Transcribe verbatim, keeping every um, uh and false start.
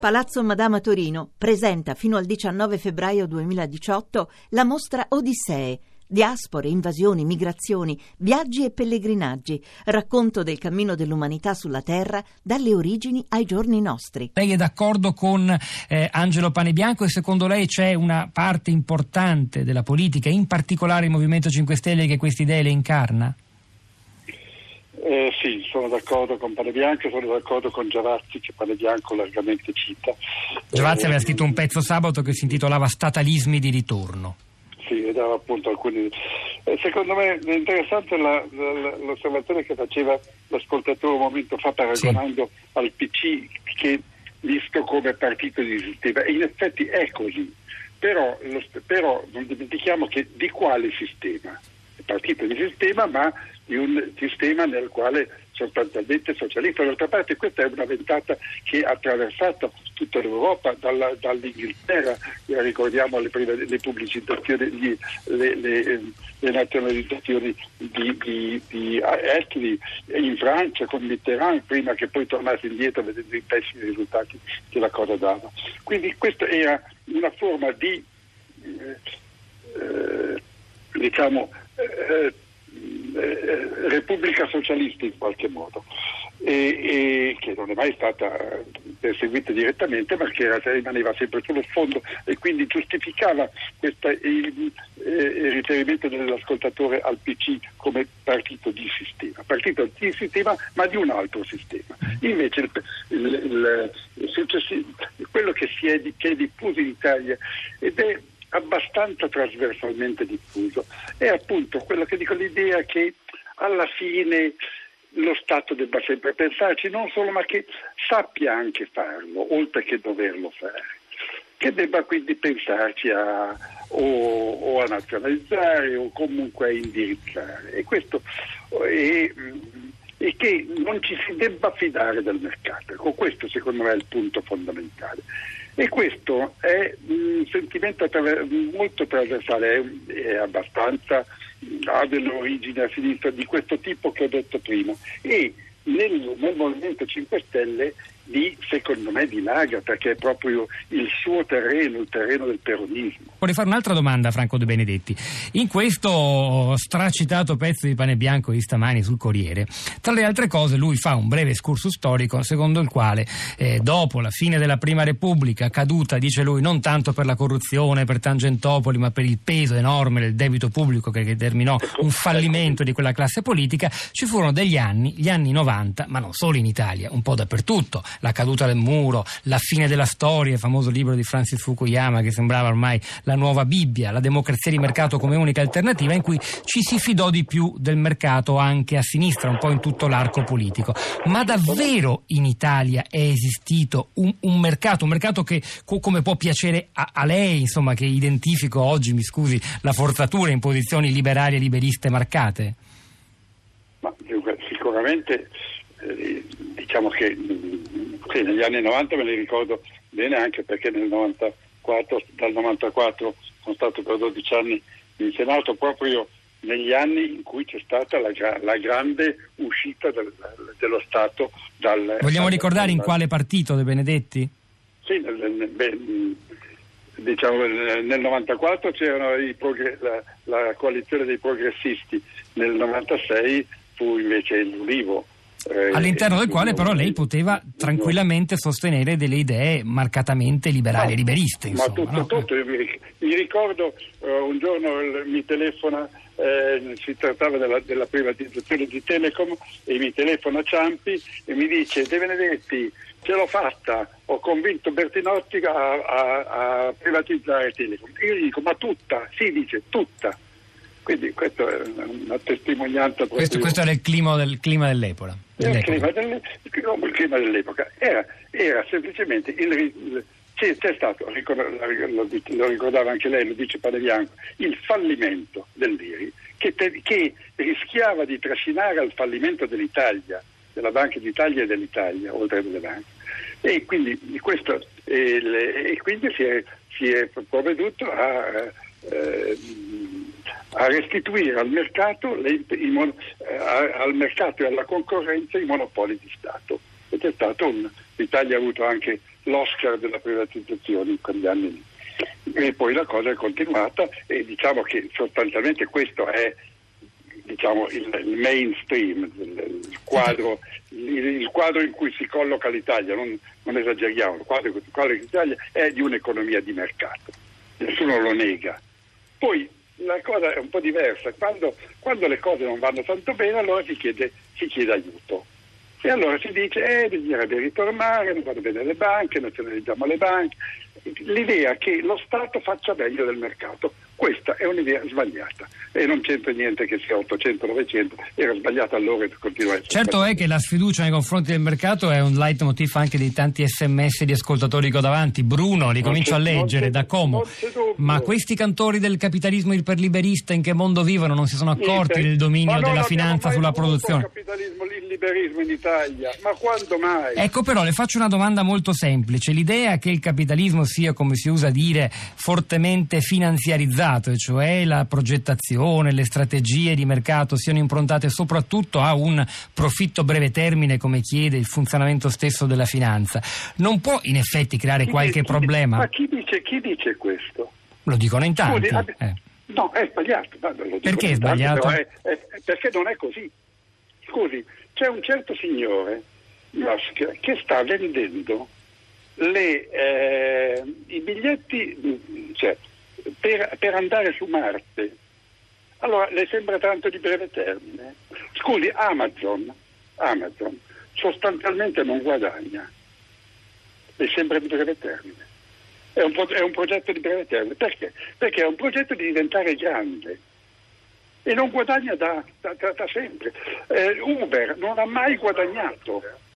Palazzo Madama Torino presenta fino al diciannove febbraio duemiladiciotto la mostra Odissee, diaspore, invasioni, migrazioni, viaggi e pellegrinaggi, racconto del cammino dell'umanità sulla Terra dalle origini ai giorni nostri. Lei è d'accordo con eh, Angelo Panebianco e secondo lei c'è una parte importante della politica, in particolare il Movimento cinque Stelle, che queste idee le incarna? Eh, sì, sono d'accordo con Panebianco, sono d'accordo con Giavazzi, che Panebianco largamente cita. Giavazzi eh, aveva scritto un pezzo sabato che si intitolava Statalismi di ritorno. Sì, e dava appunto alcuni. Eh, secondo me è interessante la, la, l'osservazione che faceva l'ascoltatore un momento fa paragonando sì. al P C, che visto come partito di sistema, e in effetti è così, però, lo, però non dimentichiamo che di quale sistema? Partito di sistema, ma di un sistema nel quale sostanzialmente socialista. D'altra parte questa è una ventata che ha attraversato tutta l'Europa, dalla, dall'Inghilterra, ricordiamo le, prime, le pubblicizzazioni, gli, le, le, le nazionalizzazioni di, di, di Attlee in Francia con Mitterrand, prima che poi tornasse indietro vedendo i pessimi risultati che la cosa dava. Quindi questa era una forma di eh, eh, diciamo eh, eh, repubblica socialista in qualche modo, e, e che non è mai stata perseguita direttamente, ma che era, rimaneva sempre sullo sfondo, e quindi giustificava questa, il, eh, il riferimento dell'ascoltatore al P C come partito di sistema, partito di sistema ma di un altro sistema. Invece il, il, il, il, quello che, si è, che è diffuso in Italia ed è abbastanza trasversalmente diffuso è appunto quello che dico, l'idea che alla fine lo Stato debba sempre pensarci, non solo, ma che sappia anche farlo, oltre che doverlo fare, che debba quindi pensarci a o, o a nazionalizzare o comunque a indirizzare, e questo e, e che non ci si debba fidare del mercato. Ecco, questo secondo me è il punto fondamentale. E questo è un sentimento attraver- molto trasversale, è, è abbastanza, ha delle origini a sinistra di questo tipo che ho detto prima, e nel, nel Movimento cinque Stelle di, secondo me, dilaga, perché è proprio il suo terreno, il terreno del peronismo. Vorrei fare un'altra domanda a Franco De Benedetti. In questo stracitato pezzo di Panebianco di stamani sul Corriere, tra le altre cose lui fa un breve excursus storico secondo il quale eh, dopo la fine della Prima Repubblica, caduta, dice lui, non tanto per la corruzione, per Tangentopoli, ma per il peso enorme del debito pubblico che determinò un fallimento di quella classe politica, ci furono degli anni, gli anni novanta, ma non solo in Italia, un po' dappertutto, la caduta del muro, la fine della storia, il famoso libro di Francis Fukuyama che sembrava ormai la nuova Bibbia, la democrazia di mercato come unica alternativa, in cui ci si fidò di più del mercato anche a sinistra, un po' in tutto l'arco politico. Ma davvero in Italia è esistito un, un mercato, un mercato che co- come può piacere a, a lei, insomma, che identifico oggi, mi scusi, la forzatura in posizioni liberali e liberiste marcate? Ma sicuramente eh, diciamo che sì, negli anni novanta me li ricordo bene, anche perché nel novantaquattro, dal novantaquattro sono stato per dodici anni in Senato, proprio negli anni in cui c'è stata la, la grande uscita del, dello Stato dal... Vogliamo dal, ricordare dal, in quale partito, De Benedetti? Sì, nel, nel, beh, diciamo nel novantaquattro c'era i progre, la, la coalizione dei progressisti, nel novantasei fu invece l'Ulivo. Eh, all'interno del quale però lei poteva tranquillamente sostenere delle idee marcatamente liberali e liberiste, insomma. Ma tutto, no? tutto. Io mi, mi ricordo uh, un giorno il, mi telefona, eh, si trattava della, della privatizzazione di Telecom, e mi telefona Ciampi e mi dice: De Benedetti, ce l'ho fatta, ho convinto Bertinotti a, a, a privatizzare Telecom. Io gli dico: ma tutta? Sì, dice, tutta. Quindi questo è una testimonianza. Questo, questo era il clima, del, clima dell'epoca. Era il, clima delle, il clima dell'epoca. Era, era semplicemente il, il c'è, c'è stato, lo, lo ricordava anche lei, lo dice Panebianco, il fallimento dell'I R I che, te, che rischiava di trascinare al fallimento dell'Italia, della Banca d'Italia e dell'Italia, oltre alle banche. E quindi questo e, le, e quindi si è, si è provveduto a eh, a restituire al mercato, le, i mon, eh, al mercato e alla concorrenza i monopoli di Stato. E c'è stato un, l'Italia ha avuto anche l'Oscar della privatizzazione in quegli anni lì. E poi la cosa è continuata e diciamo che sostanzialmente questo è diciamo il, il mainstream, il, il, quadro, il, il quadro in cui si colloca l'Italia, non, non esageriamo, il quadro in cui si colloca l'Italia è di un'economia di mercato, nessuno lo nega. Poi la cosa è un po' diversa, quando, quando le cose non vanno tanto bene allora si chiede, si chiede aiuto. E allora si dice, eh, bisognerebbe ritornare, non vanno bene le banche, nazionalizziamo le banche. L'idea che lo Stato faccia meglio del mercato, questa è un'idea sbagliata e non c'entra niente che sia ottocento novecento, era sbagliata allora e continua a essere. Certo è che la sfiducia nei confronti del mercato è un leitmotiv anche di tanti sms di ascoltatori che ho davanti. Bruno, li comincio a leggere da Como. Ma questi cantori del capitalismo iperliberista in che mondo vivono? Non si sono accorti Niente. del dominio Ma della finanza sulla produzione? Il capitalismo, il liberismo in Italia, ma quando mai? Ecco, però le faccio una domanda molto semplice. L'idea che il capitalismo sia, come si usa dire, fortemente finanziarizzato, e cioè la progettazione, le strategie di mercato siano improntate soprattutto a un profitto breve termine, come chiede il funzionamento stesso della finanza, non può in effetti creare Chi qualche dice, problema? Ma chi dice, chi dice questo? Lo dicono in tanti. Scusi, ab- eh. No, è sbagliato. No, lo Perché è in tanti, sbagliato? però È, è, perché non è così. Scusi, c'è un certo signore, Musk, che sta vendendo le, eh, i biglietti cioè, per, per andare su Marte. Allora, le sembra tanto di breve termine? Scusi, Amazon, Amazon sostanzialmente non guadagna, le sembra di breve termine. È un, è un progetto di breve termine. Perché? Perché è un progetto di diventare grande e non guadagna da, da, da, da sempre. Eh, Uber non ha mai guadagnato,